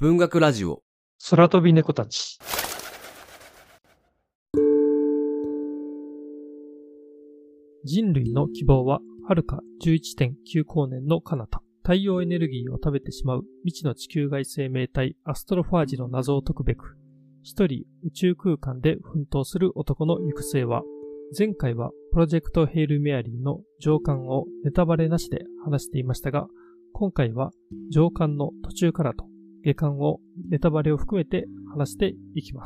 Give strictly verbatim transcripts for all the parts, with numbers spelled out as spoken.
文学ラジオ空飛び猫たち。人類の希望は遥か じゅういってんきゅう 光年の彼方。太陽エネルギーを食べてしまう未知の地球外生命体アストロファージの謎を解くべく、一人宇宙空間で奮闘する男の行く末は、前回はプロジェクトヘイルメアリーの上巻をネタバレなしで話していましたが、今回は上巻の途中からと下巻をネタバレを含めて話していきます。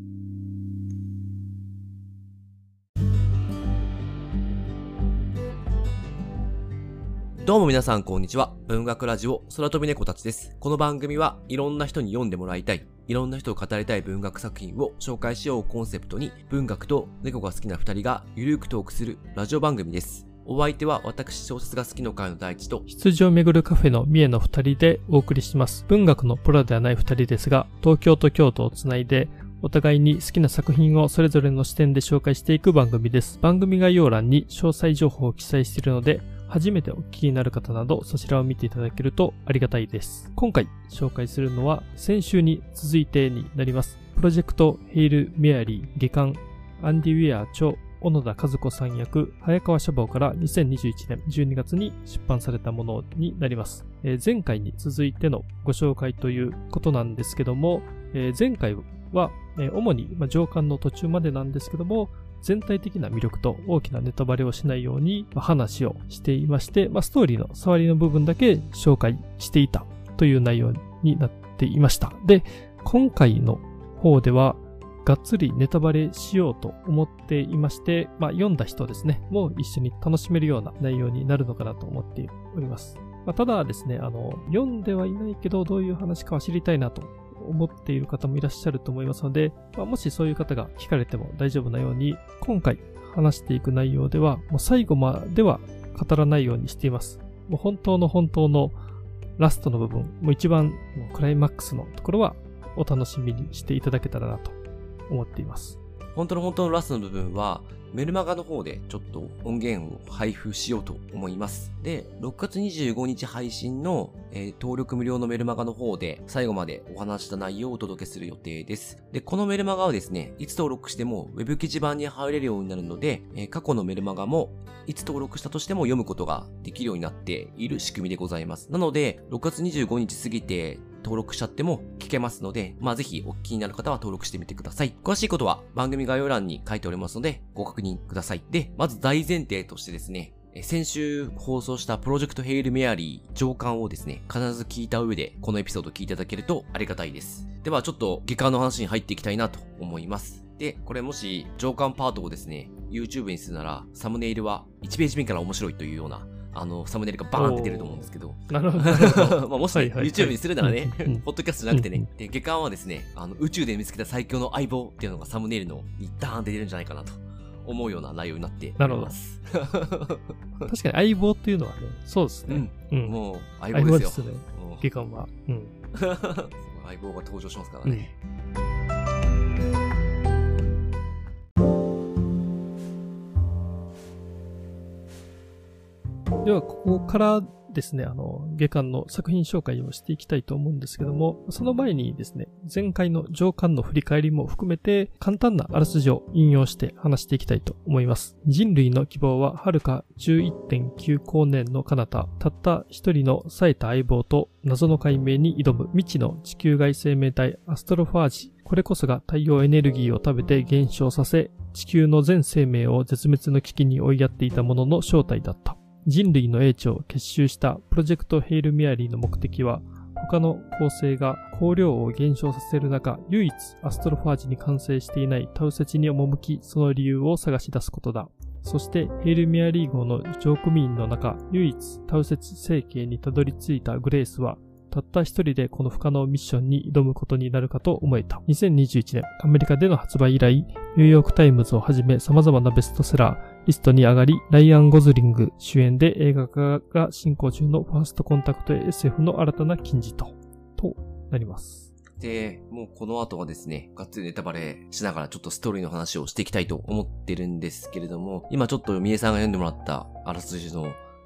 どうも皆さんこんにちは。文学ラジオ空飛び猫たちです。この番組はいろんな人に読んでもらいたい、いろんな人を語りたい文学作品を紹介しようコンセプトに、文学と猫が好きな二人がゆるくトークするラジオ番組です。お相手は私小説が好きの会の大地と羊をめぐるカフェの三重の二人でお送りします。文学のプロではない二人ですが、東京と京都をつないでお互いに好きな作品をそれぞれの視点で紹介していく番組です。番組概要欄に詳細情報を記載しているので、初めてお聞きになる方などそちらを見ていただけるとありがたいです。今回紹介するのは先週に続いてになります。プロジェクトヘイルメアリー下巻、アンディ・ウィアー著、小野田和子さん役、早川書房からにせんにじゅういちねんじゅうにがつに出版されたものになります。えー、前回に続いてのご紹介ということなんですけども、えー、前回は、えー、主に、まあ、上巻の途中までなんですけども、全体的な魅力と大きなネタバレをしないように、まあ、話をしていまして、まあ、ストーリーの触りの部分だけ紹介していたという内容になっていました。で、今回の方ではがっつりネタバレしようと思っていまして、まあ、読んだ人ですね、もう一緒に楽しめるような内容になるのかなと思っております。まあ、ただですね、あの、読んではいないけど、どういう話かは知りたいなと思っている方もいらっしゃると思いますので、まあ、もしそういう方が聞かれても大丈夫なように、今回話していく内容では、もう最後までは語らないようにしています。もう本当の本当のラストの部分、もう一番もうクライマックスのところはお楽しみにしていただけたらなと思っています。 本当の本当のラストの部分はメルマガの方でちょっと音源を配布しようと思います。で、ろくがつにじゅうごにち配信の、えー、登録無料のメルマガの方で最後までお話した内容をお届けする予定です。で、このメルマガはですね、いつ登録してもウェブ記事板に入れるようになるので、えー、過去のメルマガもいつ登録したとしても読むことができるようになっている仕組みでございます。なので、ろくがつにじゅうごにち過ぎて登録しちゃっても聞けますので、まあぜひお気になる方は登録してみてください。詳しいことは番組概要欄に書いておりますのでご確認ください。で、まず大前提としてですね、先週放送したプロジェクトヘイルメアリー上巻をですね、必ず聞いた上でこのエピソードを聞いていただけるとありがたいです。ではちょっと下巻の話に入っていきたいなと思います。で、これもし上巻パートをですね、YouTube にするならサムネイルはいちページ目から面白いというようなあの、サムネイルがバーンって出ると思うんですけど。 なるほど。 まあもし、ね、YouTube にするならね、ポッドキャストじゃなくてね、で、下巻はですね、あの、宇宙で見つけた最強の相棒っていうのがサムネイルのにダーンって出るんじゃないかなと思うような内容になっております。 なるほど。確かに相棒っていうのはね、そうですね。 うん。うん、もう、相棒ですよ。 相棒ですね。下巻は。うん。 相棒が登場しますからね。 うん、では、ここからですね、あの、下巻の作品紹介をしていきたいと思うんですけども、その前にですね、前回の上巻の振り返りも含めて、簡単なあらすじを引用して話していきたいと思います。人類の希望は遥か じゅういってんきゅう 光年の彼方、たった一人の冴えた相棒と謎の解明に挑む未知の地球外生命体アストロファージ。これこそが太陽エネルギーを食べて減少させ、地球の全生命を絶滅の危機に追いやっていたものの正体だった。人類の英知を結集したプロジェクトヘイルメアリーの目的は、他の恒星が光量を減少させる中、唯一アストロファージに完成していないタウセチに赴き、その理由を探し出すことだ。そしてヘイルメアリー号の乗組員の中、唯一タウセチ星系にたどり着いたグレースは、たった一人でこの不可能ミッションに挑むことになるかと思えた。にせんにじゅういちねん、アメリカでの発売以来、ニューヨークタイムズをはじめ様々なベストセラー、リストに上がり、ライアン・ゴズリング主演で映画化が進行中のファーストコンタクト エスエフ の新たな金字塔となります。 で、もうこの後はですね、がっつりネタバレしながらちょっとストーリーの話をしていきたいと思ってるんですけれども、今ちょっと三重さんが読んでもらったあらすじの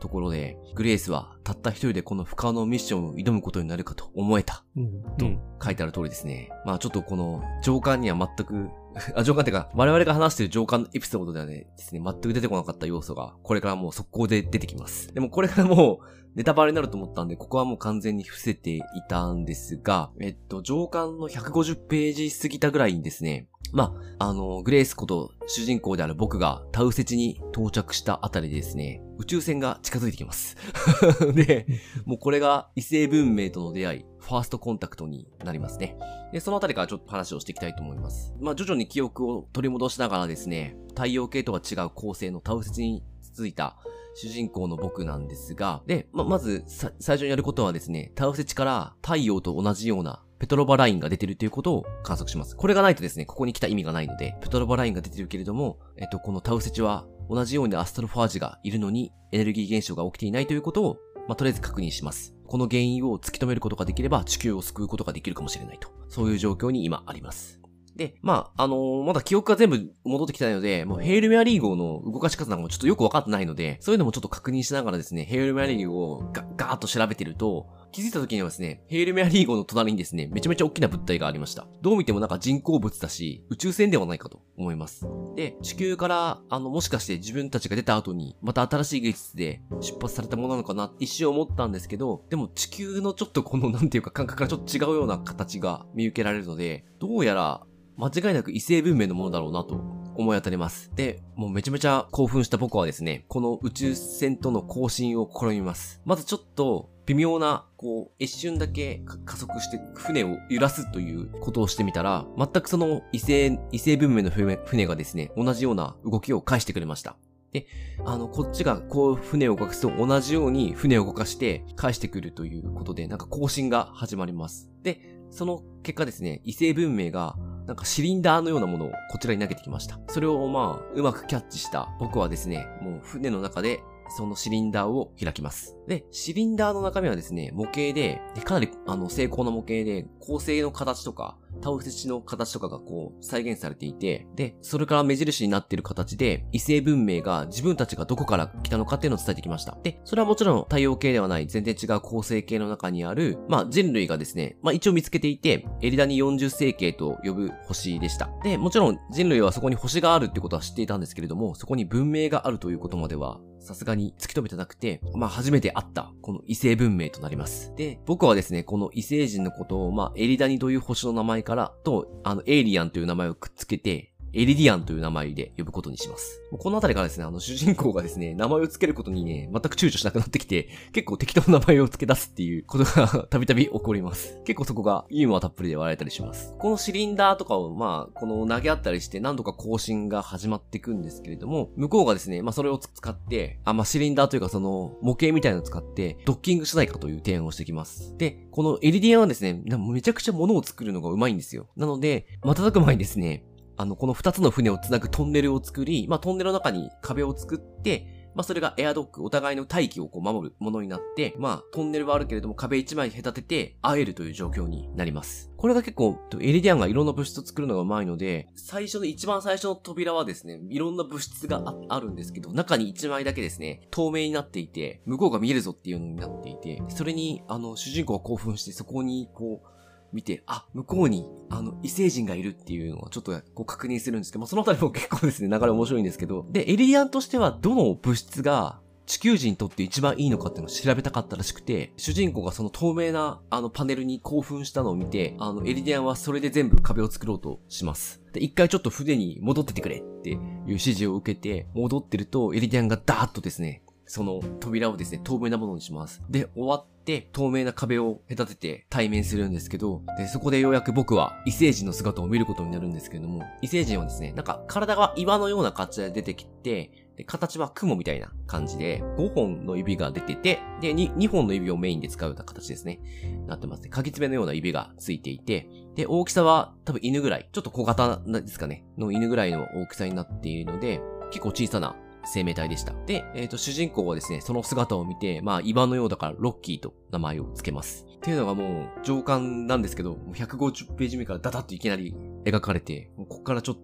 ところで、グレースはたった一人でこの不可能ミッションを挑むことになるかと思えた。 うん。 と書いてある通りですね。まあちょっとこの上巻には全く、あ、上巻っていうか、我々が話している上巻のエピソードではね、ですね、全く出てこなかった要素が、これからもう速攻で出てきます。でもこれからもう、ネタバレになると思ったんで、ここはもう完全に伏せていたんですが、えっと、上巻のひゃくごじゅうページ過ぎたぐらいにですね、まあ、あの、グレースこと主人公である僕がタウセチに到着したあたりでですね、宇宙船が近づいてきます。で、もうこれが異性文明との出会い、ファーストコンタクトになりますね。で、そのあたりからちょっと話をしていきたいと思います。まあ、徐々に記憶を取り戻しながらですね、太陽系とは違う恒星のタウセチに続いた主人公の僕なんですが、で、ま、まず、最初にやることはですね、タウセチから太陽と同じようなペトロバラインが出てるということを観測します。これがないとですね、ここに来た意味がないので、ペトロバラインが出てるけれども、えっと、このタウセチは同じようにアストロファージがいるのにエネルギー現象が起きていないということを、まあ、とりあえず確認します。この原因を突き止めることができれば地球を救うことができるかもしれないと。そういう状況に今あります。で、まあ、あのー、まだ記憶が全部戻ってきてないので、もうヘイルメアリー号の動かし方なんかもちょっとよくわかってないので、そういうのもちょっと確認しながらですね、ヘイルメアリー号をガガーッと調べてると、気づいた時にはですね、ヘイルメアリー号の隣にですね、めちゃめちゃ大きな物体がありました。どう見てもなんか人工物だし、宇宙船ではないかと思います。で、地球から、あの、もしかして自分たちが出た後に、また新しい技術で出発されたものなのかなって一瞬思ったんですけど、でも地球のちょっとこの、なんていうか感覚からちょっと違うような形が見受けられるので、どうやら、間違いなく異星文明のものだろうなと思い当たります。で、もうめちゃめちゃ興奮した僕はですね、この宇宙船との交信を試みます。まずちょっと微妙な、こう、一瞬だけ加速して船を揺らすということをしてみたら、全くその異星、異星文明の船、船がですね、同じような動きを返してくれました。で、あの、こっちがこう船を動かすと同じように船を動かして返してくるということで、なんか交信が始まります。で、その結果ですね、異星文明がなんかシリンダーのようなものをこちらに投げてきました。それをまあ、うまくキャッチした僕はですね、もう船の中でそのシリンダーを開きます。で、シリンダーの中身はですね、模型で、かなりあの精巧な模型で、恒星の形とか、タウセチの形とかがこう再現されていて、で、それから目印になっている形で、異星文明が自分たちがどこから来たのかっていうのを伝えてきました。で、それはもちろん太陽系ではない全然違う恒星系の中にある、まあ人類がですね、まあ一応見つけていて、エリダニよんじゅっ星系と呼ぶ星でした。で、もちろん人類はそこに星があるってことは知っていたんですけれども、そこに文明があるということまでは、さすがに突き止めてなくて、まあ初めて会ったこの異星文明となります。で、僕はですね、この異星人のことを、まあエリダニという星の名前からと、あのエイリアンという名前をくっつけて、エリディアンという名前で呼ぶことにします。このあたりからですね、あの主人公がですね、名前を付けることにね、全く躊躇しなくなってきて、結構適当な名前を付け出すっていうことがたびたび起こります。結構そこがユーモアたっぷりで笑えたりします。このシリンダーとかをまあ、この投げ合ったりして何度か更新が始まっていくんですけれども、向こうがですね、まあそれを使って、あ、まあシリンダーというかその模型みたいなのを使ってドッキングしないかという提案をしてきます。で、このエリディアンはですね、めちゃくちゃ物を作るのがうまいんですよ。なので、瞬く前にですね、あの、この二つの船をつなぐトンネルを作り、まあ、トンネルの中に壁を作って、まあ、それがエアドック、お互いの大気をこう守るものになって、まあ、トンネルはあるけれども壁一枚隔てて会えるという状況になります。これが結構、エリディアンがいろんな物質を作るのがうまいので、最初の一番最初の扉はですね、いろんな物質が あ, あるんですけど、中に一枚だけですね、透明になっていて、向こうが見えるぞっていうのになっていて、それに、あの、主人公は興奮して、そこに、こう、見て、あ、向こうに、あの、異星人がいるっていうのをちょっとこう確認するんですけど、まあ、そのあたりも結構ですね、流れ面白いんですけど、で、エリディアンとしてはどの物質が地球人にとって一番いいのかっていうのを調べたかったらしくて、主人公がその透明なあのパネルに興奮したのを見て、あの、エリディアンはそれで全部壁を作ろうとします。で、一回ちょっと船に戻っててくれっていう指示を受けて、戻ってると、エリディアンがダーッとですね、その扉をですね、透明なものにします。で、終わって、透明な壁を隔てて対面するんですけど、で、そこでようやく僕は異星人の姿を見ることになるんですけれども、異星人はですね、なんか体が岩のような形で出てきて、で、形は雲みたいな感じで、ごほんの指が出てて、で、にほんの指をメインで使うような形ですね。なってますね。鍵爪のような指がついていて、で、大きさは多分犬ぐらい、ちょっと小型ですかね、の犬ぐらいの大きさになっているので、結構小さな生命体でした。で、えっと、主人公はですね、その姿を見て、まあ、岩のようだからロッキーと名前を付けます。っていうのがもう、上巻なんですけど、ひゃくごじゅうページ目からダダッといきなり描かれて、もうここからちょっと、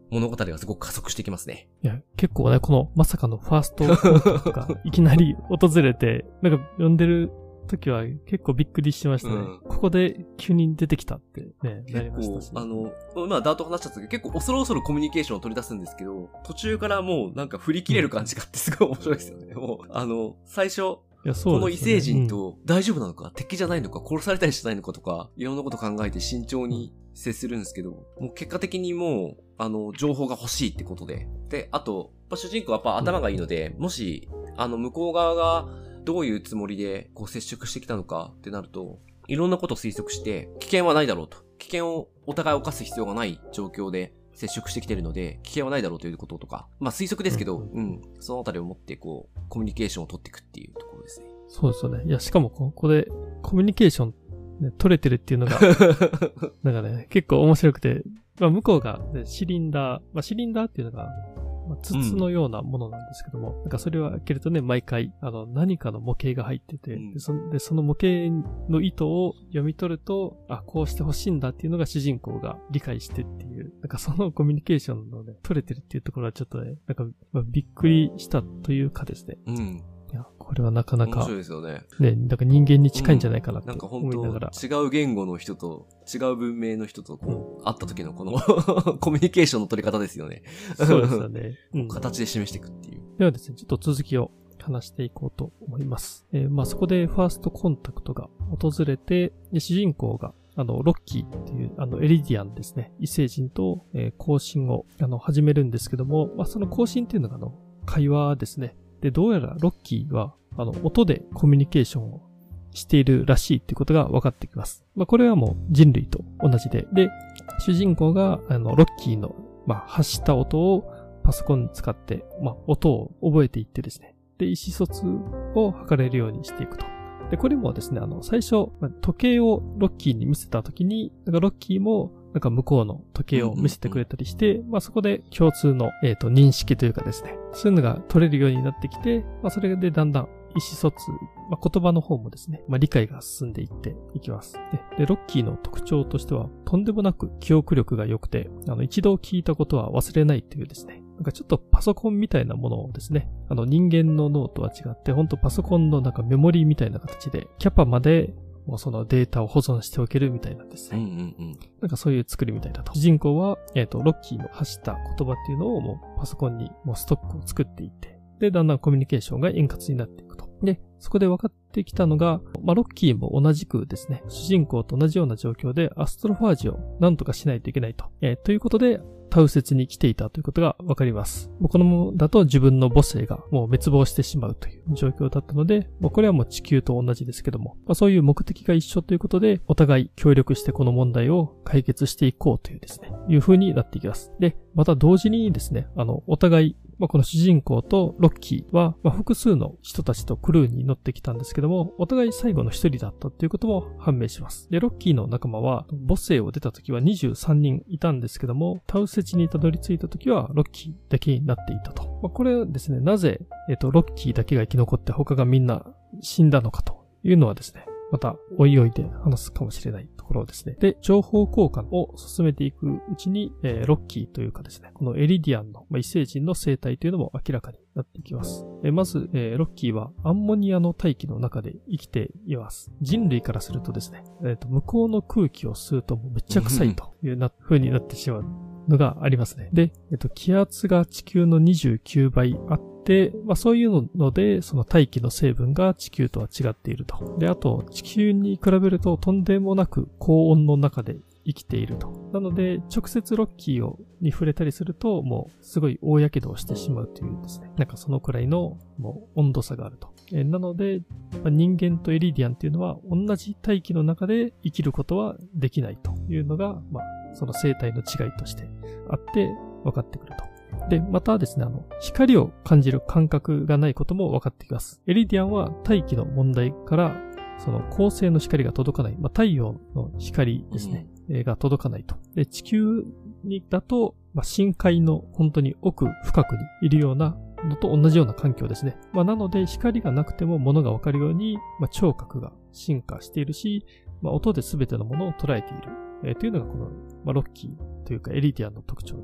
物語がすごく加速してきますね。 いや、結構ね、このまさかのファーストコンタクトがいきなり訪れて、なんか読んでる時は結構びっくりしましたね。うん、ここで急に出てきたってね、なりましたし。 あの、まあ、ダート話したんですけど、結構恐る恐るコミュニケーションを取り出すんですけど、途中からもうなんか振り切れる感じがあってすごい面白いですよね。もう、あの、最初、いやそうですね、この異星人と大丈夫なのか、うん、敵じゃないのか、殺されたりしないのかとか、いろんなこと考えて慎重に接するんですけど、もう結果的にもう、あの、情報が欲しいってことで。で、あと、やっぱ主人公はやっぱ頭がいいので、うん、もし、あの、向こう側がどういうつもりで、こう接触してきたのかってなると、いろんなことを推測して、危険はないだろうと。危険をお互い犯す必要がない状況で接触してきてるので、危険はないだろうということとか、まあ推測ですけど、うん、うん、そのあたりを持って、こう、コミュニケーションを取っていくっていうところですね。 そうですよね。いや、しかもここでコミュニケーション、ね、取れてるっていうのが、なんかね、結構面白くて、まあ向こうが、ね、シリンダー、まあシリンダーっていうのが、まあ、筒のようなものなんですけども、うん、なんかそれを開けるとね、毎回、あの、何かの模型が入ってて、うん、で, そで、その模型の意図を読み取ると、あ、こうしてほしいんだっていうのが主人公が理解してっていう、なんかそのコミュニケーションのね、取れてるっていうところはちょっとね、なんか、まあ、びっくりしたというかですね。 うん。 いや、これはなかなか。 面白いですよね。 ね、なんか人間に近いんじゃないかなって思いながら。 うん、なんか本当違う言語の人と、違う文明の人とこう、会った時のこのコミュニケーションの取り方ですよね。 そうですよね。 うん、形で示していくっていう。 ではですね、ちょっと続きを話していこうと思います。えー、まあそこでファーストコンタクトが訪れて、で主人公があの、ロッキーっていう、あの、エリディアンですね。異星人と、えー、交信を、あの、始めるんですけども、まあその交信っていうのが、あの、会話ですね。で、どうやらロッキーは、あの、音でコミュニケーションをしているらしいっていうことが分かってきます。まあ、これはもう人類と同じで、で、主人公が、あの、ロッキーの、まあ、発した音をパソコンに使って、まあ、音を覚えていってですね。で、意思疎通を図れるようにしていくと。で、これもですね、あの、最初、まあ、時計をロッキーに見せたときに、なんかロッキーも、なんか向こうの時計を見せてくれたりして、うんうんうん、まあそこで共通の、えっと、認識というかですね、そういうのが取れるようになってきて、まあそれでだんだん意思疎通、まあ言葉の方もですね、まあ理解が進んでいっていきます。で、でロッキーの特徴としては、とんでもなく記憶力が良くて、あの、一度聞いたことは忘れないというですね、なんかちょっとパソコンみたいなものをですね、あの人間の脳とは違って、ほんとパソコンのなんかメモリーみたいな形で、キャパまでもうそのデータを保存しておけるみたいなんですね。 うんうんうん、 なんかそういう作りみたいだと。主人公は、えっと、ロッキーの発した言葉っていうのをもうパソコンにもうストックを作っていって、で、だんだんコミュニケーションが円滑になっていくと。で、そこで分かってきたのが、まあ、ロッキーも同じくですね、主人公と同じような状況でアストロファージを何とかしないといけないと。えー、ということで、タウ節に来ていたということが分かります。もうこのままだと自分の母性がもう滅亡してしまうという状況だったので、もうこれはもう地球と同じですけども、まあ、そういう目的が一緒ということで、お互い協力してこの問題を解決していこうというですね、いう風になっていきます。で、また同時にですね、あの、お互い、まあ、この主人公とロッキーは、まあ、複数の人たちとクルーに乗ってきたんですけども、お互い最後の一人だったということも判明します。で、ロッキーの仲間は、母性を出た時はにじゅうさんにんいたんですけども、タウ節にたどり着いた時はロッキーだけになっていたと。まあ、これはですね、なぜ、えっと、ロッキーだけが生き残って他がみんな死んだのかというのはですね、また、おいおいで話すかもしれないところですね。で、情報交換を進めていくうちに、えー、ロッキーというかですね、このエリディアンの、まあ、異星人の生態というのも明らかになっていきます。えー、まず、えー、ロッキーはアンモニアの大気の中で生きています。人類からするとですね、えーと、向こうの空気を吸うともうめっちゃ臭いというな風になってしまうのがありますね。で、えっと、気圧が地球のにじゅうきゅうばいあって、まあそういうので、その大気の成分が地球とは違っていると。で、あと、地球に比べるととんでもなく高温の中で生きていると。なので、直接ロッキーをに触れたりすると、もうすごい大やけどをしてしまうというですね。なんかそのくらいのもう温度差があると。えなので、まあ、人間とエリディアンっていうのは同じ大気の中で生きることはできないというのが、まあ、その生態の違いとしてあって分かってくると。で、またですね、あの、光を感じる感覚がないことも分かってきます。エリディアンは大気の問題から、その光星の光が届かない、まあ、太陽の光ですね、うん、が届かないと。で、地球にだと、まあ、深海の本当に奥深くにいるようなのと同じような環境ですね。まあ、なので、光がなくても物が分かるように、まあ、聴覚が進化しているし、まあ、音で全てのものを捉えている、えー、というのがこの、まあ、ロッキーというかエリディアンの特徴です。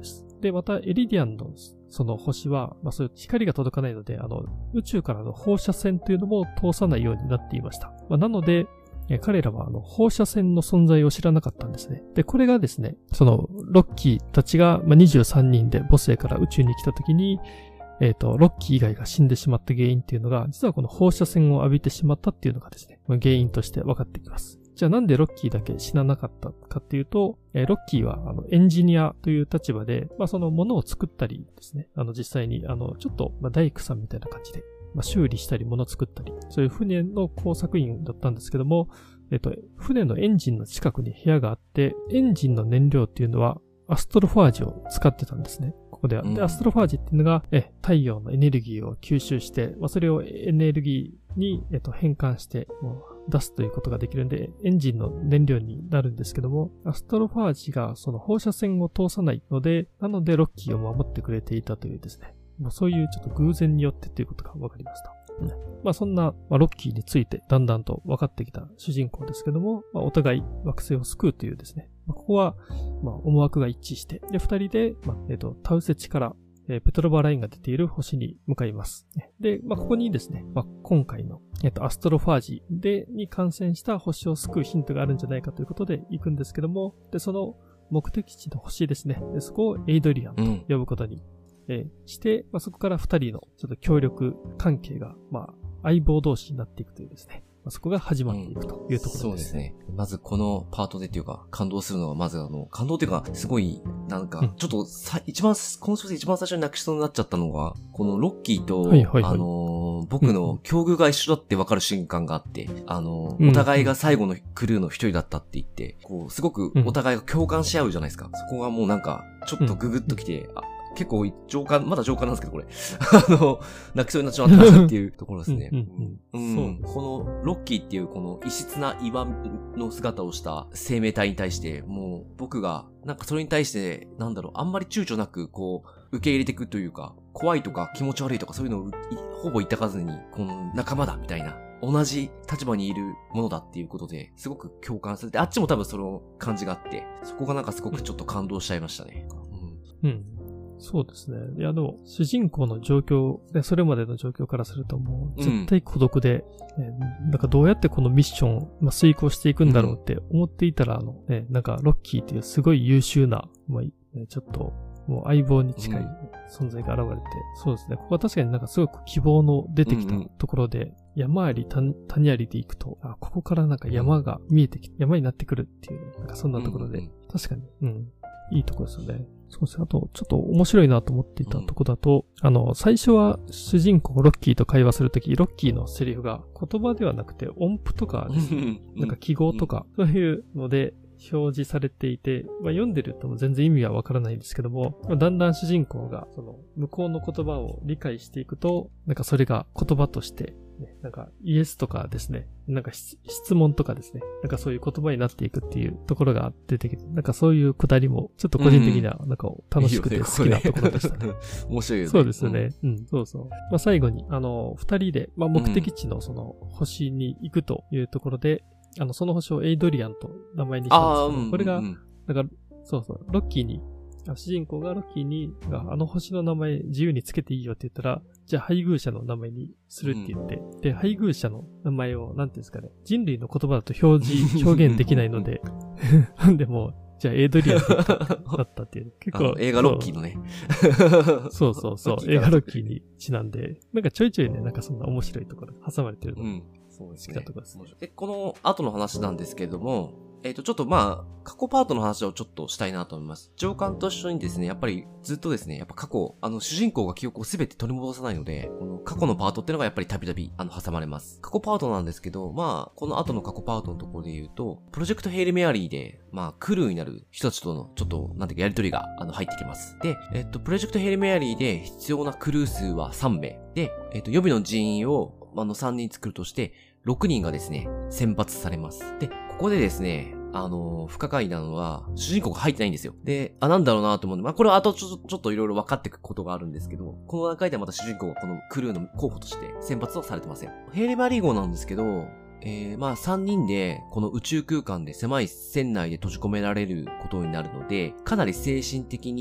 で、またエリディアンのその星は、まあそういう光が届かないので、あの、宇宙からの放射線というのも通さないようになっていました。まあ、なので、え彼らはあの放射線の存在を知らなかったんですね。で、これがですね、そのロッキーたちがまあにじゅうさんにんで母星から宇宙に来た時に、えっと、ロッキー以外が死んでしまった原因っていうのが、実はこの放射線を浴びてしまったっていうのがですね、原因として分かってきます。じゃあなんでロッキーだけ死ななかったかっていうと、えー、ロッキーはあのエンジニアという立場で、まあそのものを作ったりですね、あの実際にあのちょっとまあ大工さんみたいな感じで、まあ、修理したり物を作ったり、そういう船の工作員だったんですけども、えっと、船のエンジンの近くに部屋があって、エンジンの燃料っていうのはアストロファージを使ってたんですね。ここでは。で、アストロファージっていうのが、え、太陽のエネルギーを吸収して、まあ、それをエネルギーに、えっと、変換して、もう出すということができるんで、エンジンの燃料になるんですけども、アストロファージがその放射線を通さないので、なのでロッキーを守ってくれていたというですね。もうそういうちょっと偶然によってということが分かりました。まあそんな、まあ、ロッキーについてだんだんと分かってきた主人公ですけども、まあ、お互い惑星を救うというですね、まあ、ここは、まあ、思惑が一致して、で、二人で、まあ、えっと、タウセチから、えー、ペトロバラインが出ている星に向かいます。で、まあ、ここにですね、まあ、今回の、えっと、アストロファージで、に感染した星を救うヒントがあるんじゃないかということで行くんですけども、で、その目的地の星ですね、でそこをエイドリアンと呼ぶことに、うんえー、して、まあ、そこから二人のちょっと協力関係が、まあ、相棒同士になっていくというですね。まあ、そこが始まっていくというところです、うん。 そうですね。まずこのパートでっていうか、感動するのは、まずあの、感動っていうか、すごい、なんか、ちょっとさ、うん、一番、この小説一番最初に泣きそうになっちゃったのが、このロッキーと、はいはいはい、あの、僕の境遇が一緒だって分かる瞬間があって、あの、お互いが最後のクルーの一人だったって言って、こう、すごくお互いが共感し合うじゃないですか。そこがもうなんか、ちょっとググッときて、うん、あ結構上巻、まだ上巻なんですけど、これ。あの、泣きそうになっちまったっていうところですね。うんうんうん、このロッキーっていうこの異質な岩の姿をした生命体に対して、もう僕が、なんかそれに対して、なんだろう、あんまり躊躇なく、こう、受け入れていくというか、怖いとか気持ち悪いとかそういうのをほぼ言ったかずに、この仲間だみたいな、同じ立場にいるものだっていうことで、すごく共感されて、あっちも多分その感じがあって、そこがなんかすごくちょっと感動しちゃいましたね。 うん。うんそうですね。いや、でも、主人公の状況、それまでの状況からするともう、絶対孤独で、うん、ね、なんかどうやってこのミッションを、まあ、遂行していくんだろうって思っていたら、うん、あの、ね、なんかロッキーっていうすごい優秀な、まあ、ね、ちょっと、もう相棒に近い存在が現れて、うん、そうですね。ここは確かになんかすごく希望の出てきたところで、うんうん、山あり谷ありで行くと、あ、ここからなんか山が見えてきて、山になってくるっていう、なんかそんなところで、うんうん、確かに、うん、いいところですよね。そうですね。あと、ちょっと面白いなと思っていたとこだと、うん、あの、最初は主人公ロッキーと会話するとき、ロッキーのセリフが言葉ではなくて音符とかですね、なんか記号とか、そういうので表示されていて、まあ、読んでるとも全然意味はわからないんですけども、まあ、だんだん主人公がその向こうの言葉を理解していくと、なんかそれが言葉としてね、なんかイエスとかですね、なんか質問とかですね、なんかそういう言葉になっていくっていうところが出てきて、なんかそういうくだりもちょっと個人的にはなんか楽しくて好きなところでしたね。 面白いよね。 そうですよね。うん、うん、そうそう。まあ最後にあの二人で、まあ、目的地のその星に行くというところで、うん、あのその星をエイドリアンと名前にしたんですけど、うん、これが、なんかそうそうロッキーに主人公がロッキーに、あの星の名前自由につけていいよって言ったら、じゃあ配偶者の名前にするって言って、うん、で、配偶者の名前を、なんていうんですかね、人類の言葉だと表示、表現できないので、なんでもう、じゃあエイドリアンだったっていう。結構。 映画ロッキーのね。 そうそうそう、映画ロッキーにちなんで、なんかちょいちょいね、なんかそんな面白いところ挟まれてるの。うん。そうですね。好きなところですね。 で、この後の話なんですけれども、えっと、ちょっとまあ、過去パートの話をちょっとしたいなと思います。上巻と一緒にですね、やっぱりずっとですね、やっぱ過去、あの、主人公が記憶をすべて取り戻さないので、この過去のパートっていうのがやっぱりたびたび、あの、挟まれます。過去パートなんですけど、まあ、この後の過去パートのところで言うと、プロジェクトヘイルメアリーで、まあ、クルーになる人たちとの、ちょっと、なんていうか、やりとりが、あの、入ってきます。で、えっと、プロジェクトヘイルメアリーで必要なクルー数はさんめい。で、えっと、予備の人員を、あの、さんにん作るとして、ろくにんがですね、選抜されます。で、ここでですね、あのー、不可解なのは、主人公が入ってないんですよ。で、あ、なんだろうなと思うんで、まあ、これは後ちょ、ちょっといろいろ分かっていくことがあるんですけど、この段階ではまた主人公がこのクルーの候補として選抜はされてません。ヘイレマリー号なんですけど、えー、まあ、さんにんで、この宇宙空間で狭い船内で閉じ込められることになるので、かなり精神的に、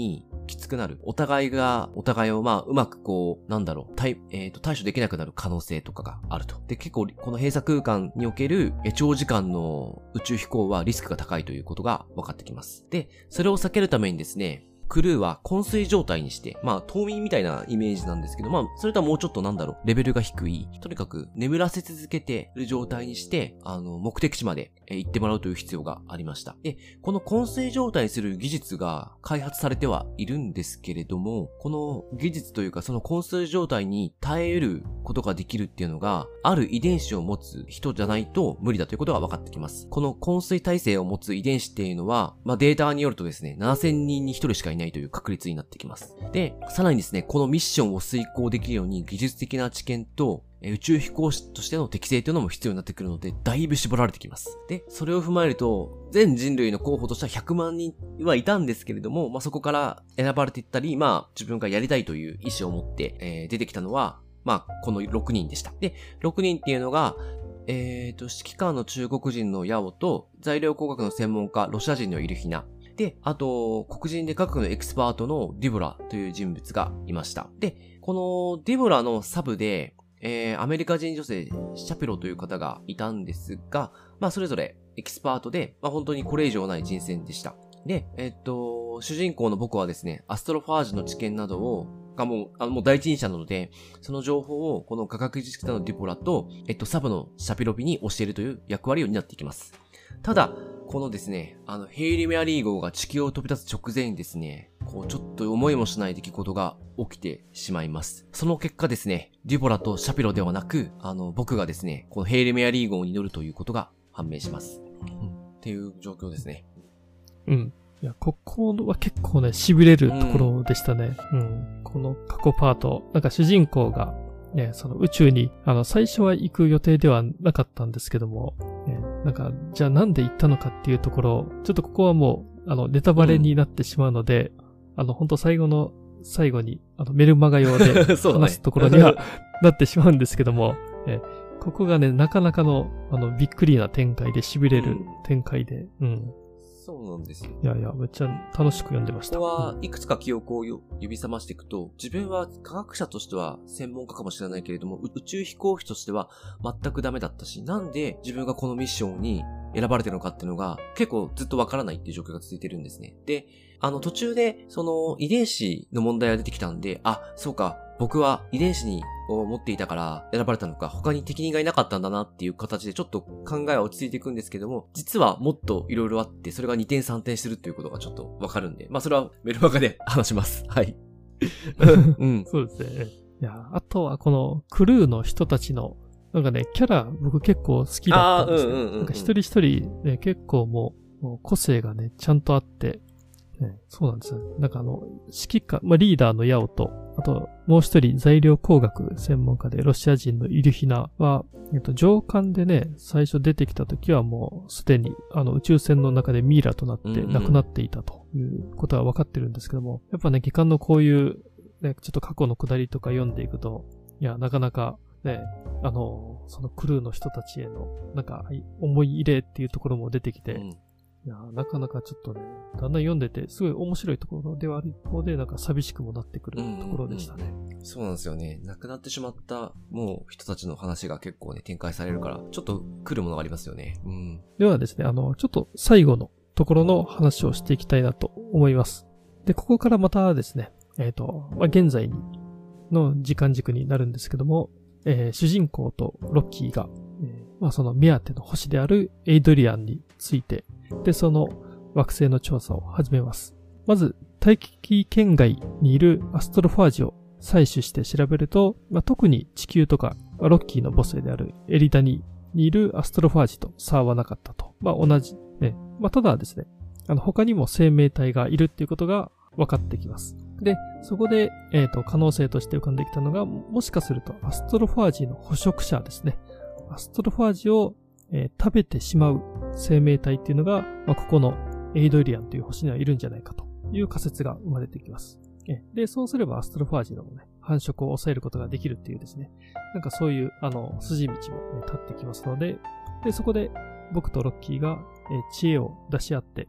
きつくなる。お互いが、お互いをまあ、うまくこう、なんだろう、対、えっと、対処できなくなる可能性とかがあると。で、結構、この閉鎖空間における、え長時間の宇宙飛行はリスクが高いということが分かってきます。で、それを避けるためにですね、クルーは昏睡状態にして、まあ冬眠みたいなイメージなんですけど、まあそれとはもうちょっとなんだろう、レベルが低い、とにかく眠らせ続けている状態にして、あの、目的地まで行ってもらうという必要がありました。で、この昏睡状態にする技術が開発されてはいるんですけれども、この技術というかその昏睡状態に耐え得ることができるっていうのが、ある遺伝子を持つ人じゃないと無理だということが分かってきます。この昏睡耐性を持つ遺伝子っていうのは、まあデータによるとですね、ななせんにんにひとりしかいないという確率になってきます。で、さらにですね、このミッションを遂行できるように技術的な知見と宇宙飛行士としての適性というのも必要になってくるので、だいぶ絞られてきます。で、それを踏まえると、全人類の候補としてはひゃくまんにんはいたんですけれども、まあ、そこから選ばれていったり、まあ、自分がやりたいという意思を持って、えー、出てきたのは、まあ、このろくにんでした。で、ろくにんっていうのが、えっと、指揮官の中国人のヤオと、材料工学の専門家、ロシア人のイルヒナ。で、あと、黒人で科学のエキスパートのディボラという人物がいました。で、このディボラのサブで、えー、アメリカ人女性、シャピロという方がいたんですが、まあ、それぞれエキスパートで、まあ、本当にこれ以上ない人選でした。で、えっと、主人公の僕はですね、アストロファージュの知見などを、がもう、あの、もう第一人者なので、その情報をこの科学技術者のディボラと、えっと、サブのシャピロビに教えるという役割を担っていきます。ただ、このですね、あの、ヘイリ・メアリー号が地球を飛び立つ直前にですね、こう、ちょっと思いもしない出来事が起きてしまいます。その結果ですね、ディボラとシャピロではなく、あの、僕がですね、このヘイリ・メアリー号に乗るということが判明します。うん、っていう状況ですね。 うん。いや、ここは結構ね、痺れるところでしたね。うん。うん、この過去パート、なんか主人公が、ね、その宇宙に、あの、最初は行く予定ではなかったんですけども、ね、なんか、じゃあなんで行ったのかっていうところ、ちょっとここはもう、あの、ネタバレになってしまうので、うん、あの、本当最後の、最後に、あの、メルマガ用で話すところにはなってしまうんですけども、えここがね、なかなかの、あの、びっくりな展開で痺れる展開で、うん。うんそうなんですよ。 いやいや、めっちゃ楽しく読んでました。 ここはいくつか記憶を呼び覚ましていくと、自分は科学者としては専門家かもしれないけれども、宇宙飛行士としては全くダメだったし、なんで自分がこのミッションに選ばれてるのかっていうのが結構ずっとわからないっていう状況が続いてるんですね。で、あの途中でその遺伝子の問題が出てきたんで、あ、そうか、僕は遺伝子にを持っていたから選ばれたのか、他に適任がいなかったんだなっていう形でちょっと考えは落ち着いていくんですけども、実はもっと色々あって、それがにてんさんてんしてるっていうことがちょっとわかるんで、まあそれはメルマガで話します。はい。 うん、そうですね。いや、あとはこのクルーの人たちの、なんかね、キャラ僕結構好きだったんですね。なんか一人一人ね、結構もう、もう個性がね、ちゃんとあって、ね、そうなんですよ。なんかあの、指揮官、まあリーダーのヤオと、あと、もう一人材料工学専門家でロシア人のイルヒナは、えっと、上官でね、最初出てきた時はもうすでにあの宇宙船の中でミイラとなって亡くなっていたということは分かってるんですけども、やっぱね、下官のこういう、ね、ちょっと過去の下りとか読んでいくと、いや、なかなかね、あの、そのクルーの人たちへの、なんか、思い入れっていうところも出てきて、うんいやなかなかちょっとね、だんだん読んでて、すごい面白いところではある一方で、なんか寂しくもなってくるところでしたね。 うんうんうん、そうなんですよね。亡くなってしまった、もう人たちの話が結構ね、展開されるから、ちょっと来るものがありますよね。うん。 ではですね、あの、ちょっと最後のところの話をしていきたいなと思います。で、ここからまたですね、えっと、まあ、現在の時間軸になるんですけども、えー、主人公とロッキーが、えー、まあ、その目当ての星であるエイドリアンについて、で、その惑星の調査を始めます。まず、大気圏外にいるアストロファージを採取して調べると、まあ、特に地球とか、まあ、ロッキーの母星であるエリダニにいるアストロファージと差はなかったと。まあ、同じ。ね。まあ、ただですね、あの、他にも生命体がいるっていうことが分かってきます。で、そこで、えっと、可能性として浮かんできたのが、もしかするとアストロファージの捕食者ですね。アストロファージをえー、食べてしまう生命体っていうのが、まあ、ここのエイドリアンという星にはいるんじゃないかという仮説が生まれてきます。えで、そうすればアストロファージの、ね、繁殖を抑えることができるっていうですね、なんかそういう、あの、筋道も、ね、立ってきますので、で、そこで僕とロッキーが、えー、知恵を出し合って、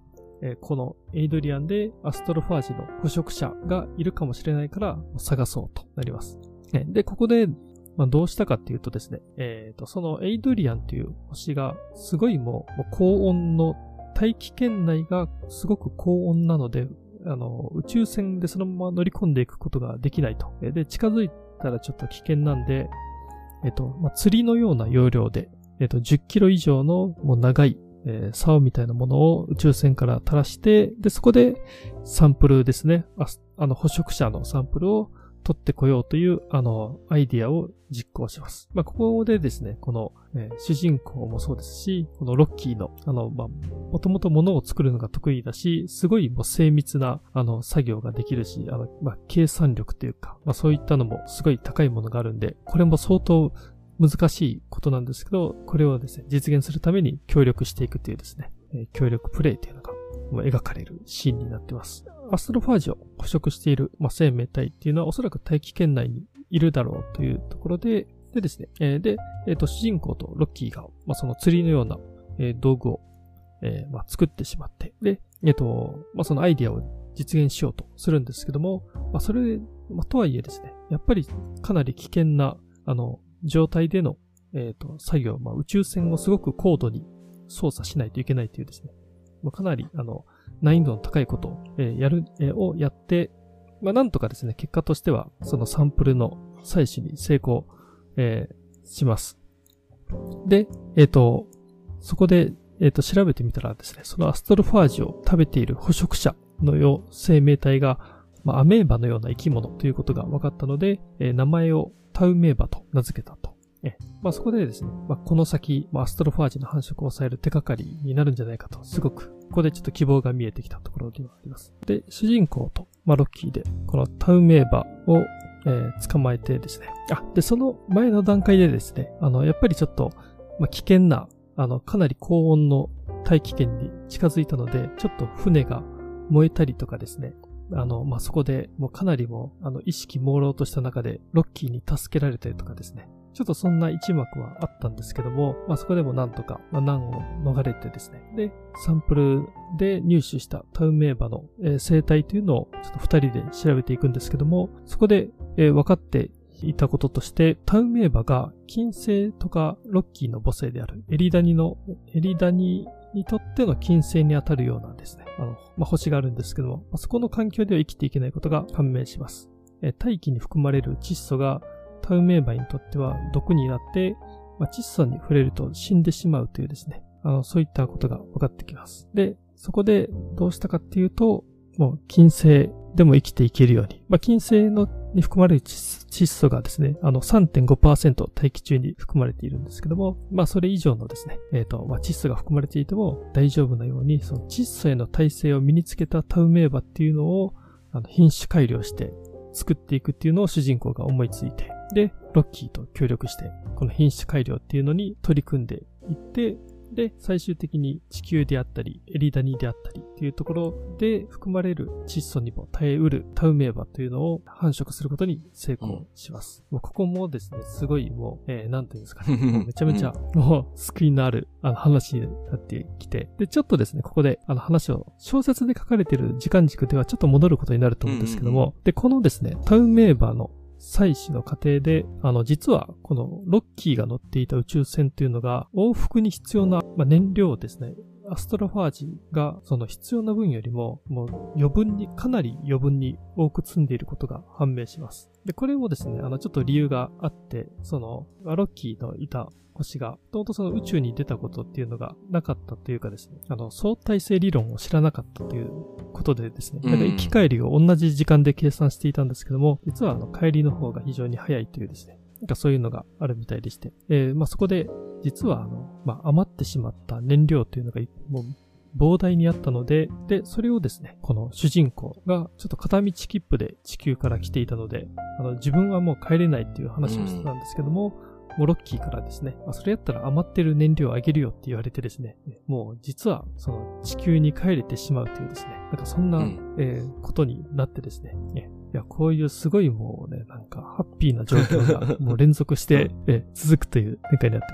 えー、このエイドリアンでアストロファージの捕食者がいるかもしれないから探そうとなります。で、ここで、まあ、どうしたかっていうとですね、えっと、そのエイドリアンという星がすごいもう、もう高温の大気圏内がすごく高温なので、あの、宇宙船でそのまま乗り込んでいくことができないと。で、近づいたらちょっと危険なんで、えっと、まあ、釣りのような要領で、えっと、じゅっキロ以上のもう長い、えー、竿みたいなものを宇宙船から垂らして、で、そこでサンプルですね、あ、あの、捕食者のサンプルを取ってこようという、あの、アイディアを実行します。まあ、ここでですね、この、えー、主人公もそうですし、このロッキーの、あの、まあ、もともと物を作るのが得意だし、すごいもう精密な、あの、作業ができるし、あの、まあ、計算力というか、まあ、そういったのもすごい高いものがあるんで、これも相当難しいことなんですけど、これをですね、実現するために協力していくというですね、えー、協力プレイというのが描かれるシーンになっています。アストロファージを捕食している、まあ、生命体っていうのはおそらく大気圏内にいるだろうというところで、でですね、えー、で、えっと、主人公とロッキーが、まあ、その釣りのような、えー、道具を、えー、まあ、作ってしまって、で、えっと、まあ、そのアイディアを実現しようとするんですけども、まあ、それ、まあ、とはいえですね、やっぱりかなり危険な、あの、状態での、えっと、作業、まあ、宇宙船をすごく高度に操作しないといけないというですね、まあ、かなり、あの、難易度の高いことを、えー、やる、えー、をやって、まあ、なんとかですね、結果としては、そのサンプルの採取に成功、えー、します。で、えっと、そこで、えっと、調べてみたらですね、そのアストロファージを食べている捕食者のよう生命体が、まあ、アメーバのような生き物ということが分かったので、えー、名前をタウメーバと名付けたと。えまあ、そこでですね、まあ、この先、まあ、アストロファージの繁殖を抑える手がかりになるんじゃないかと、すごく、ここでちょっと希望が見えてきたところではあります。で、主人公と、まあ、ロッキーで、このタウメーバを、えー、捕まえてですね、あ、で、その前の段階でですね、あの、やっぱりちょっと、まあ、危険な、あの、かなり高温の大気圏に近づいたので、ちょっと船が燃えたりとかですね、あの、まあ、そこでもうかなりもう、あの、意識朦朧とした中で、ロッキーに助けられたりとかですね、ちょっとそんな一幕はあったんですけども、まあ、そこでもなんとか、まあ、難を逃れてですね。で、サンプルで入手したタウメーバの、えー、生態というのをちょっと二人で調べていくんですけども、そこで、えー、分かっていたこととして、タウメーバが金星とかロッキーの母星であるエリダニの、エリダニにとっての金星に当たるようなですね、あの、まあ、星があるんですけども、まあ、そこの環境では生きていけないことが判明します。えー、大気に含まれる窒素がタウメーバにとっては毒になって、まあ、窒素に触れると死んでしまうというですね、あの、そういったことが分かってきます。で、そこでどうしたかっていうと、もう金星でも生きていけるように、まあ、金星のに含まれる窒素がですね、あの さんてんごパーセント 大気中に含まれているんですけども、まあそれ以上のですね、えっと、まあ、窒素が含まれていても大丈夫なように、その窒素への耐性を身につけたタウメーバっていうのをあの品種改良して作っていくっていうのを主人公が思いついて、で、ロッキーと協力して、この品種改良っていうのに取り組んでいって、で、最終的に地球であったり、エリダニであったりっていうところで含まれる窒素にも耐えうるタウメーバというのを繁殖することに成功します。うん、もうここもですね、すごいもう、えー、なんていうんですかね、もうめちゃめちゃ、もう救いのあるあの話になってきて、で、ちょっとですね、ここであの話を小説で書かれている時間軸ではちょっと戻ることになると思うんですけども、うんうんうん、で、このですね、タウメーバの採取の過程で、あの、実は、このロッキーが乗っていた宇宙船というのが、往復に必要な、まあ、燃料ですね。アストロファージが、その必要な分よりも、もう余分に、かなり余分に多く積んでいることが判明します。で、これもですね、あの、ちょっと理由があって、その、ロッキーのいた星が、もともとその宇宙に出たことっていうのがなかったというかですね、あの、相対性理論を知らなかったということでですね、なんか行き帰りを同じ時間で計算していたんですけども、実はあの、帰りの方が非常に早いというですね、なんかそういうのがあるみたいでして、えー、まあそこで、実はあの、まあ余ってしまった燃料というのが、もう、膨大にあったので、で、それをですね、この主人公がちょっと片道切符で地球から来ていたので、あの、自分はもう帰れないっていう話をしてたんですけども、うんもうロッキーからですね、まあ、それやったら余ってる燃料をあげるよって言われてですね、もう実はその地球に帰れてしまうというですね、なんかそんな、うんえー、ことになってですね、いや、こういうすごいもうね、なんかハッピーな状況がもう連続して、えー、続くという展開になってます。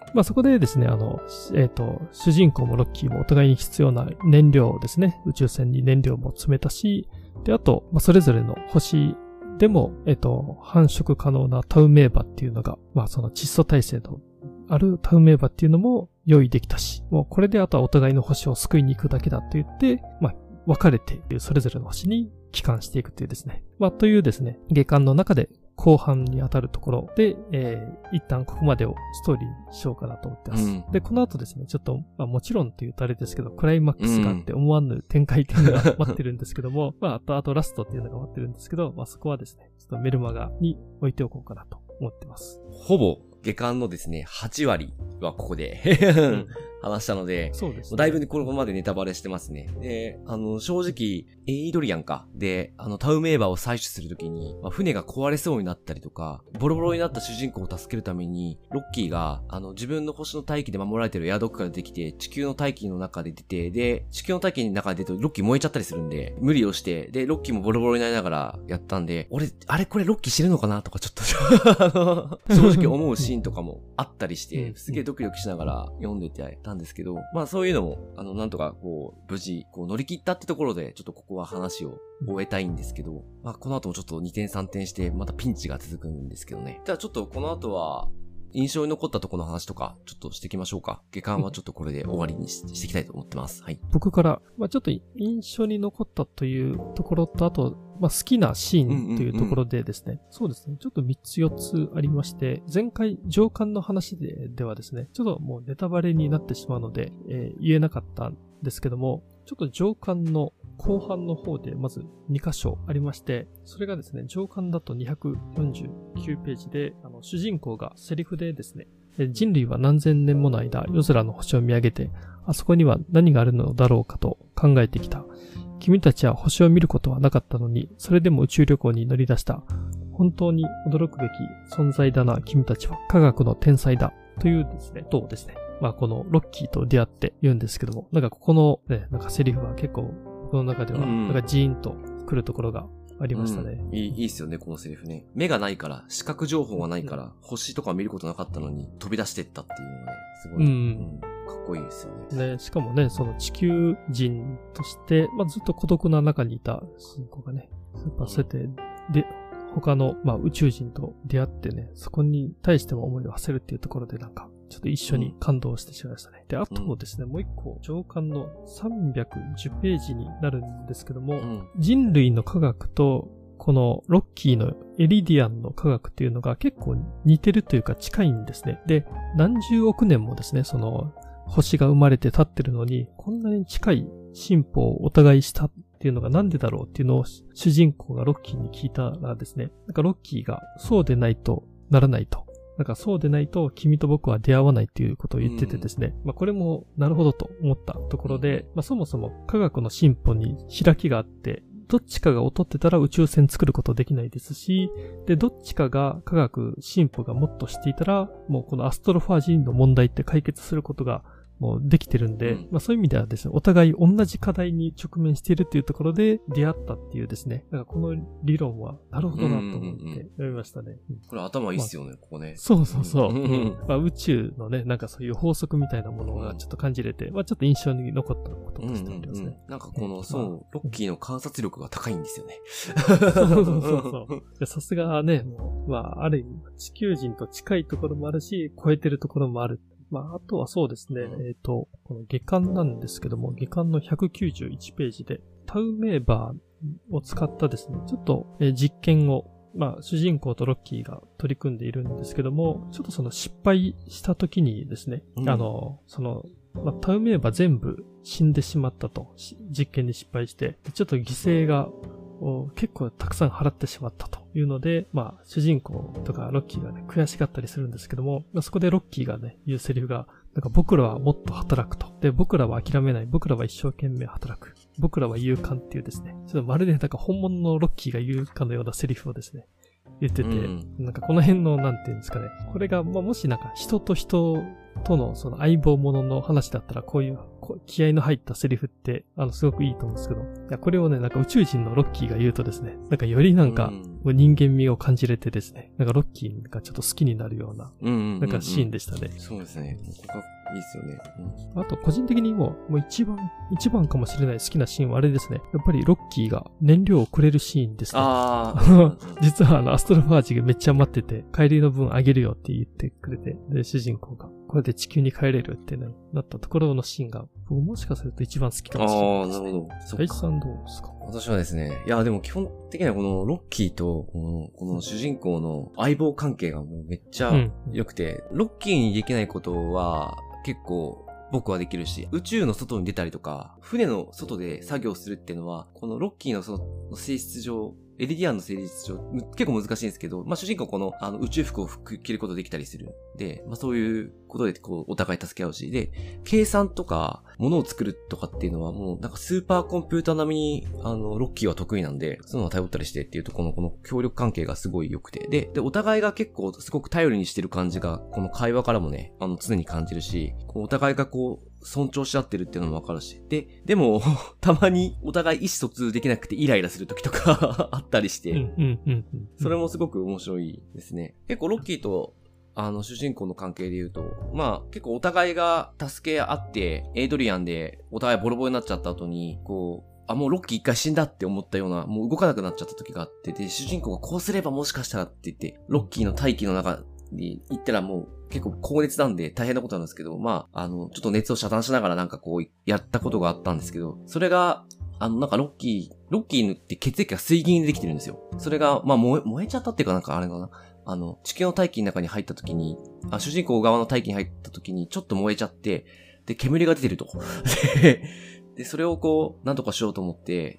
まあそこでですね、あの、えっと、主人公もロッキーもお互いに必要な燃料ですね、宇宙船に燃料も詰めたし、で、あと、まあそれぞれの星でも、えっと、繁殖可能なタウメーバっていうのが、まあその窒素耐性のあるタウメーバっていうのも用意できたし、もうこれであとはお互いの星を救いに行くだけだと言って、まあ分かれて、それぞれの星に帰還していくというですね。まあというですね、下巻の中で後半にあたるところで、えー、一旦ここまでをストーリーにしようかなと思ってます。うん、で、この後ですね、ちょっと、まあもちろんというとあれですけど、クライマックスがあって思わぬ展開っていうのが待ってるんですけども、まああとあとラストっていうのが待ってるんですけど、まあそこはですね、ちょっとメルマガに置いておこうかなと思ってます。 ほぼ下巻のですね、はち割はここで、うん話したので、 そうですね。 だいぶここまでネタバレしてますね。で、あの、正直、エイドリアンか。で、あの、タウメーバーを採取するときに、まあ、船が壊れそうになったりとか、ボロボロになった主人公を助けるために、ロッキーが、あの、自分の星の大気で守られてるエアドックから出てきて、地球の大気の中で出て、で、地球の大気の中で出ると、ロッキー燃えちゃったりするんで、無理をして、で、ロッキーもボロボロになりながらやったんで、俺、あれこれロッキー死ぬのかなとかちょっと、あの、正直思うシーンとかもあったりして、すげえドキドキしながら読んでてたんですけど、まあそういうのも、あの、なんとかこう、無事、こう乗り切ったってところで、ちょっとここは話を終えたいんですけど、まあこの後もちょっとにてんさんてんして、またピンチが続くんですけどね。じゃあちょっとこの後は、印象に残ったところの話とか、ちょっとしていきましょうか。下巻はちょっとこれで終わりに し, していきたいと思ってます。はい。 僕から、まあちょっと印象に残ったというところと、あと、まあ好きなシーンというところでですね、うんうんうん、そうですね、ちょっとみっつよっつありまして、前回上巻の話でではですね、ちょっともうネタバレになってしまうので、えー、言えなかったんですけども、ちょっと上巻の後半の方でまずに箇所ありまして、それがですね、上巻だとにひゃくよんじゅうきゅうページで、あの主人公がセリフでですね、人類は何千年もの間夜空の星を見上げて、あそこには何があるのだろうかと考えてきた。君たちは星を見ることはなかったのに、それでも宇宙旅行に乗り出した。本当に驚くべき存在だな、君たちは。科学の天才だ。というですね、とですね。まあこのロッキーと出会って言うんですけども、なんかここのね、なんかセリフは結構僕の中では、なんかジーンと来るところがありましたね。 うん、いい、いいっすよね、このセリフね。目がないから、視覚情報がないから、うん、星とか見ることなかったのに飛び出してったっていうのがね、すごい、うんうん、かっこいいですよね。 ね、しかもね、その地球人として、まあずっと孤独な中にいた主人公がね、スーパーセテで、他の、まあ、宇宙人と出会ってね、そこに対しても思いを馳せるっていうところでなんか、ちょっと一緒に感動してしまいましたね。うん、で、あとですね、もう一個、上巻のさんびゃくじゅうページになるんですけども、うん、人類の科学と、このロッキーのエリディアンの科学っていうのが結構似てるというか近いんですね。で、何十億年もですね、その、星が生まれて立ってるのに、こんなに近い進歩をお互いしたっていうのがなんでだろうっていうのを主人公がロッキーに聞いたらですね、なんかロッキーがそうでないとならないと。なんかそうでないと君と僕は出会わないっていうことを言っててですね、まあこれもなるほどと思ったところで、まあそもそも科学の進歩に開きがあって、どっちかが劣ってたら宇宙船作ることできないですし、で、どっちかが科学進歩がもっとしていたら、もうこのアストロファージーの問題って解決することがもうできてるんで、うん、まあそういう意味ではですね、お互い同じ課題に直面しているっていうところで出会ったっていうですね、なんかこの理論はなるほどなと思って読みましたね。 うんうんうん、これ頭いいっすよね、まあ、ここね。 そうそうそう。うん、まあ宇宙のね、なんかそういう法則みたいなものがちょっと感じれて、まあちょっと印象に残ったこととしてありますね。うんうんうん、 なんかこの、そう、ロッキーの観察力が高いんですよね。 そうそうそうそう。さすがね、もう、まあある意味地球人と近いところもあるし、超えてるところもある。まあ、あとはそうですね、えっと、この下巻なんですけども、下巻のひゃくきゅうじゅういちページで、タウメーバーを使ったですね、ちょっと、えー、実験を、まあ、主人公とロッキーが取り組んでいるんですけども、ちょっとその失敗した時にですね、うん、あの、その、まあ、タウメーバー全部死んでしまったと、実験に失敗して、ちょっと犠牲が、結構たくさん払ってしまったというので、まあ、主人公とかロッキーがね、悔しがったりするんですけども、まあ、そこでロッキーがね、言うセリフが、なんか僕らはもっと働くと。で、僕らは諦めない。僕らは一生懸命働く。僕らは勇敢っていうですね、ちょっとまるでなんか本物のロッキーが言うかのようなセリフをですね、言ってて、うん、なんかこの辺のなんていうんですかね、これが、まあ、もしなんか人と人とのその相棒ものの話だったらこういう気合の入ったセリフって、あの、すごくいいと思うんですけど、いや、これをね、なんか宇宙人のロッキーが言うとですね、なんかよりなんか、うん、人間味を感じれてですね、なんかロッキーがちょっと好きになるような、うんうんうんうん、なんかシーンでしたね。 そうですね。ここがいいですよね。 うん、あと、個人的にも、もう一番、一番かもしれない好きなシーンはあれですね。やっぱりロッキーが燃料をくれるシーンですね。ああ。実はあの、アストロファージがめっちゃ待ってて、帰りの分あげるよって言ってくれて、で、主人公が、これで地球に帰れるってね、なったところのシーンが、僕もしかすると一番好きかもしれないです、ね。ああ、なるほど。大地さんどうですか？ 私はですね、いや、でも基本的にはこのロッキーと、この、この主人公の相棒関係がもうめっちゃ良くて、うん、ロッキーにできないことは結構僕はできるし、宇宙の外に出たりとか、船の外で作業するっていうのは、このロッキーのその性質上、エリディアンの性質上、結構難しいんですけど、まあ、主人公はこの、あの、宇宙服を着ることできたりする。で、まあ、そういうことで、こう、お互い助け合うし、で、計算とか、物を作るとかっていうのはもう、なんかスーパーコンピューター並みに、あの、ロッキーは得意なんで、そういうのを頼ったりしてっていうと、この、この協力関係がすごい良くて、で、で、お互いが結構、すごく頼りにしてる感じが、この会話からもね、あの、常に感じるし、お互いがこう、尊重し合ってるっていうのもわかるし。で、でも、たまにお互い意思疎通できなくてイライラする時とかあったりして、それもすごく面白いですね。結構ロッキーと、あの、主人公の関係で言うと、まあ、結構お互いが助け合って、エイドリアンでお互いボロボロになっちゃった後に、こう、あ、もうロッキー一回死んだって思ったような、もう動かなくなっちゃった時があって、で、主人公がこうすればもしかしたらって言って、ロッキーの大気の中に行ったらもう、結構高熱なんで大変なことなんですけど、まあ、あの、ちょっと熱を遮断しながらなんかこう、やったことがあったんですけど、それが、あの、なんかロッキー、ロッキーって血液が水銀でできてるんですよ。それが、まあ燃え、燃えちゃったっていうかなんかあれかな。あの、地球の大気の中に入った時に、あ、主人公側の大気に入った時にちょっと燃えちゃって、で、煙が出てると。で、で、それをこう、なんとかしようと思って、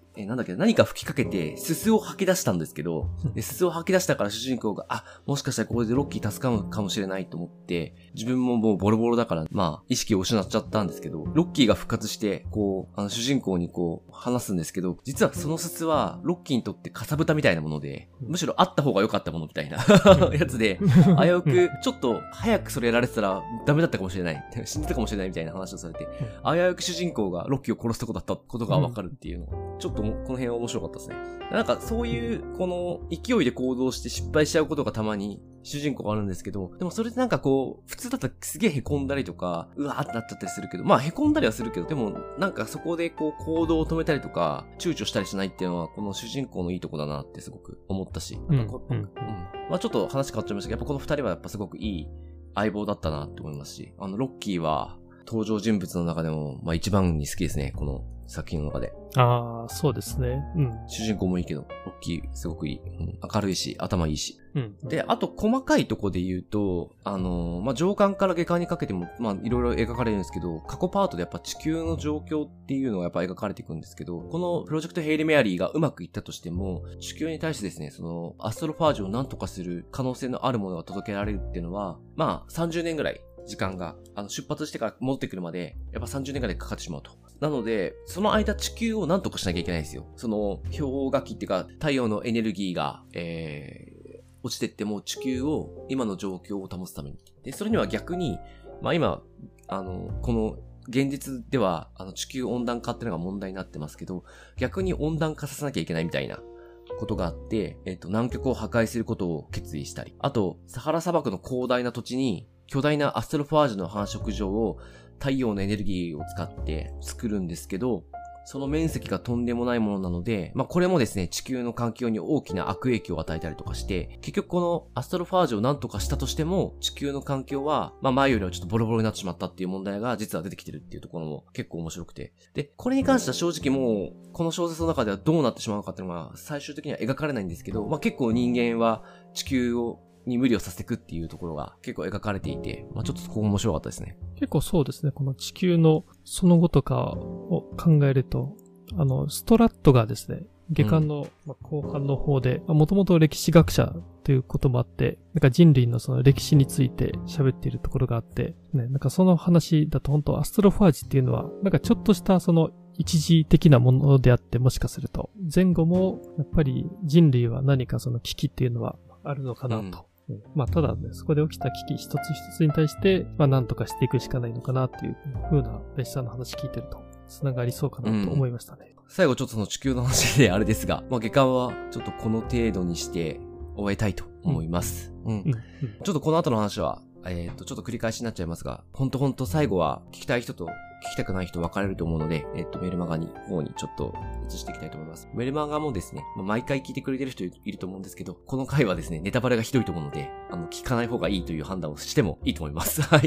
え、なんだっけ、何か吹きかけて、すすを吐き出したんですけど、で、すすを吐き出したから主人公が、あ、もしかしたらこれでロッキー助かるかもしれないと思って、自分ももうボロボロだから、まあ、意識を失っちゃったんですけど、ロッキーが復活して、こう、あの、主人公にこう、話すんですけど、実はそのすすは、ロッキーにとってかさぶたみたいなもので、むしろあった方が良かったものみたいなやつで、危うく、ちょっと早くそれやられてたらダメだったかもしれない。死んでたかもしれないみたいな話をされて、危うく主人公がロッキーを殺すとこだったことがわかるっていうのが、ちょっとこの辺は面白かったですね。なんかそういう、この勢いで行動して失敗しちゃうことがたまに主人公があるんですけど、でもそれってなんかこう、普通だったらすげえ凹んだりとか、うわーってなっちゃったりするけど、まあ凹んだりはするけど、でもなんかそこでこう行動を止めたりとか、躊躇したりしないっていうのは、この主人公のいいとこだなってすごく思ったし、なんかこう、うんうん、まあちょっと話変わっちゃいましたけど、やっぱこの二人はやっぱすごくいい相棒だったなって思いますし、あのロッキーは登場人物の中でも、まあ一番に好きですね、この作品の中で。 ああ、そうですね。うん。 主人公もいいけど、ロッキーすごくいい。うん、明るいし、頭いいし。うん。で、あと細かいとこで言うと、あのー、まあ、上巻から下巻にかけても、まあ、いろいろ描かれるんですけど、過去パートでやっぱ地球の状況っていうのがやっぱ描かれていくんですけど、このプロジェクトヘイリメアリーがうまくいったとしても、地球に対してですね、その、アストロファージを何とかする可能性のあるものが届けられるっていうのは、まあ、さんじゅうねんぐらい時間が、あの、出発してから戻ってくるまで、やっぱさんじゅうねんぐらいかかってしまうと。なので、その間地球を何とかしなきゃいけないんですよ。その、氷河期っていうか、太陽のエネルギーが、えー、落ちてっても地球を、今の状況を保つために。で、それには逆に、まあ今、あの、この、現実では、あの、地球温暖化っていうのが問題になってますけど、逆に温暖化させなきゃいけないみたいなことがあって、えっと、南極を破壊することを決意したり、あと、サハラ砂漠の広大な土地に、巨大なアストロファージュの繁殖場を太陽のエネルギーを使って作るんですけど、その面積がとんでもないものなので、まあこれもですね、地球の環境に大きな悪影響を与えたりとかして、結局このアストロファージュを何とかしたとしても、地球の環境は、まあ前よりはちょっとボロボロになってしまったっていう問題が実は出てきてるっていうところも結構面白くて。で、これに関しては正直もう、この小説の中ではどうなってしまうのかっていうのが最終的には描かれないんですけど、まあ結構人間は地球をに無理をさせていくっていうところが結構描かれていて、まあちょっとここ面白かったですね。 結構そうですね。この地球のその後とかを考えると、あの、ストラットがですね、下巻の後半の方で、もともと歴史学者ということもあって、なんか人類のその歴史について喋っているところがあって、ね、なんかその話だと本当アストロファージっていうのは、なんかちょっとしたその一時的なものであって、もしかすると、前後もやっぱり人類は何かその危機っていうのはあるのかなと。うんまあ、ただね、そこで起きた危機一つ一つに対して、まあ、なんとかしていくしかないのかなっていう風な、ベッシャーの話聞いてると、つながりそうかなと思いましたね。 うん、最後ちょっとその地球の話であれですが、まあ、下巻はちょっとこの程度にして終えたいと思います。うん。うんうん、ちょっとこの後の話は、えっと、ちょっと繰り返しになっちゃいますが、ほんとほんと最後は聞きたい人と聞きたくない人分かれると思うので、えっと、メルマガに、方にちょっと移していきたいと思います。メルマガもですね、まあ、毎回聞いてくれてる人いると思うんですけど、この回はですね、ネタバレがひどいと思うので、あの、聞かない方がいいという判断をしてもいいと思います。はい。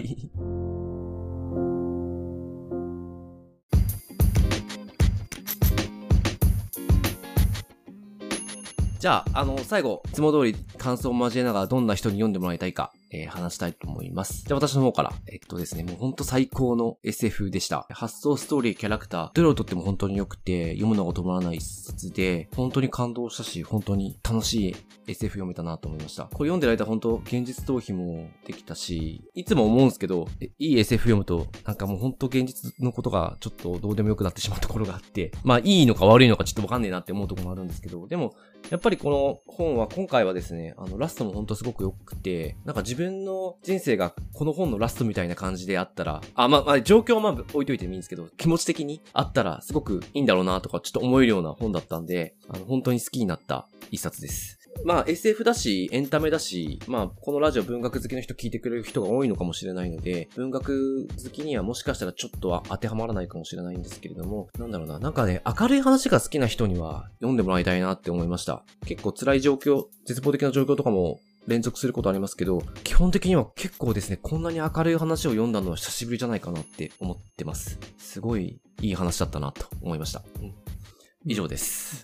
じゃあ、あの、最後、いつも通り感想を交えながらどんな人に読んでもらいたいか、えー、話したいと思います。じゃあ私の方から、えっとですね、もうほんと最高の エスエフ でした。発想、ストーリー、キャラクター、どれをとっても本当に良くて、読むのが止まらない一冊で、本当に感動したし、本当に楽しい エスエフ 読めたなと思いました。これ読んでる間本当、現実逃避もできたし、いつも思うんですけど、いい エスエフ 読むと、なんかもう本当現実のことがちょっとどうでもよくなってしまうところがあって、まあいいのか悪いのかちょっとわかんねえなって思うところもあるんですけど、でも、やっぱりこの本は今回はですね、あのラストも本当すごく良くて、なんか自分の人生がこの本のラストみたいな感じであったら、あ、まあ、まあ、状況はまあ置いといてもいいんですけど、気持ち的にあったらすごくいいんだろうなとかちょっと思えるような本だったんで、あの本当に好きになった一冊です。まあ エスエフ だし、エンタメだし、まあこのラジオ文学好きの人聞いてくれる人が多いのかもしれないので、文学好きにはもしかしたらちょっとは当てはまらないかもしれないんですけれども、なんだろうな、なんかね、明るい話が好きな人には読んでもらいたいなって思いました。結構辛い状況、絶望的な状況とかも連続することありますけど、基本的には結構ですね、こんなに明るい話を読んだのは久しぶりじゃないかなって思ってます。すごいいい話だったなと思いました。うん、以上です、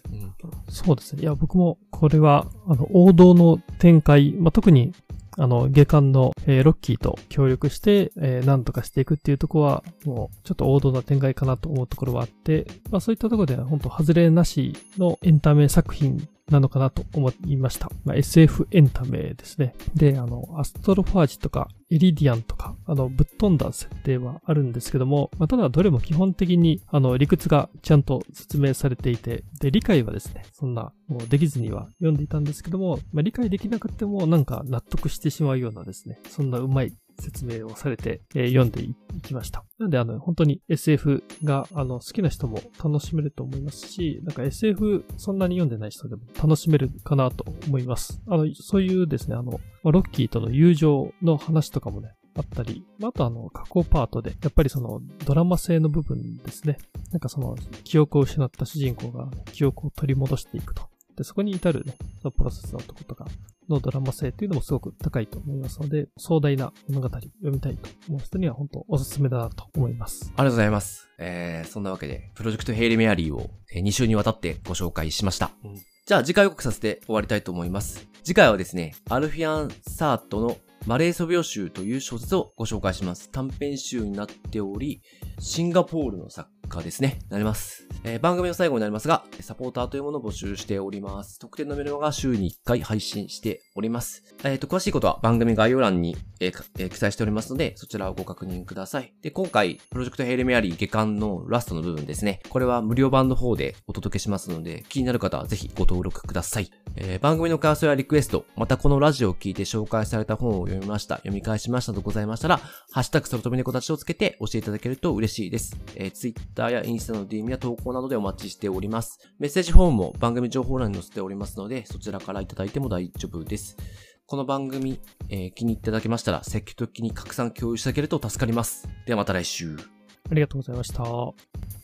うん。 そうですね。いや、僕もこれは、あの、王道の展開、まあ、特に、あの、下巻の、えー、ロッキーと協力して、えー、なんとかしていくっていうところは、もう、ちょっと王道な展開かなと思うところはあって、まあ、そういったところでは、本当外れなしのエンタメ作品なのかなと思いました。まあ、エスエフ エンタメですね。で、あの、アストロファージとか、エリディアンとか、あの、ぶっ飛んだ設定はあるんですけども、まあ、ただどれも基本的に、あの、理屈がちゃんと説明されていて、で、理解はですね、そんな、もうできずには読んでいたんですけども、まあ、理解できなくても、なんか納得してしまうようなですね、そんなうまい説明をされて、えー、読んでいきました。なので、あの、本当に エスエフ が、あの、好きな人も楽しめると思いますし、なんか エスエフ そんなに読んでない人でも楽しめるかなと思います。あの、そういうですね、あの、ロッキーとの友情の話とかもね、あったり、あとあの、過去パートで、やっぱりその、ドラマ性の部分ですね。なんかその、記憶を失った主人公が、ね、記憶を取り戻していくと。で、そこに至るね、そのプロセスのとことかのドラマ性っていうのもすごく高いと思いますので、壮大な物語読みたいと思う人には本当おすすめだなと思います。 ありがとうございます。えー、そんなわけで、プロジェクトヘイリメアリーをに週にわたってご紹介しました。うん、じゃあ次回予告させて終わりたいと思います。次回はですね、アルフィアン・サートのマレーソ病集という小説をご紹介します。短編集になっており、シンガポールの作家ですね。なります。えー、番組の最後になりますが、サポーターというものを募集しております。特典のメルマガ週にいっかい配信しております。えっと、詳しいことは番組概要欄に、えーえー、記載しておりますので、そちらをご確認ください。で、今回、プロジェクトヘイレメアリー下巻のラストの部分ですね。これは無料版の方でお届けしますので、気になる方はぜひご登録ください。えー、番組の感想やリクエスト、またこのラジオを聞いて紹介された本を読みました、読み返しましたとございましたら、ハッシュタグそろとめ猫たちをつけて教えていただけると嬉しいです。えー、Twitter やインスタの ディーエム や投稿などでお待ちしております。メッセージフォームも番組情報欄に載せておりますので、そちらからいただいても大丈夫です。この番組、えー、気に入っていただけましたら、積極的に拡散共有していただけると助かります。ではまた来週。 ありがとうございました。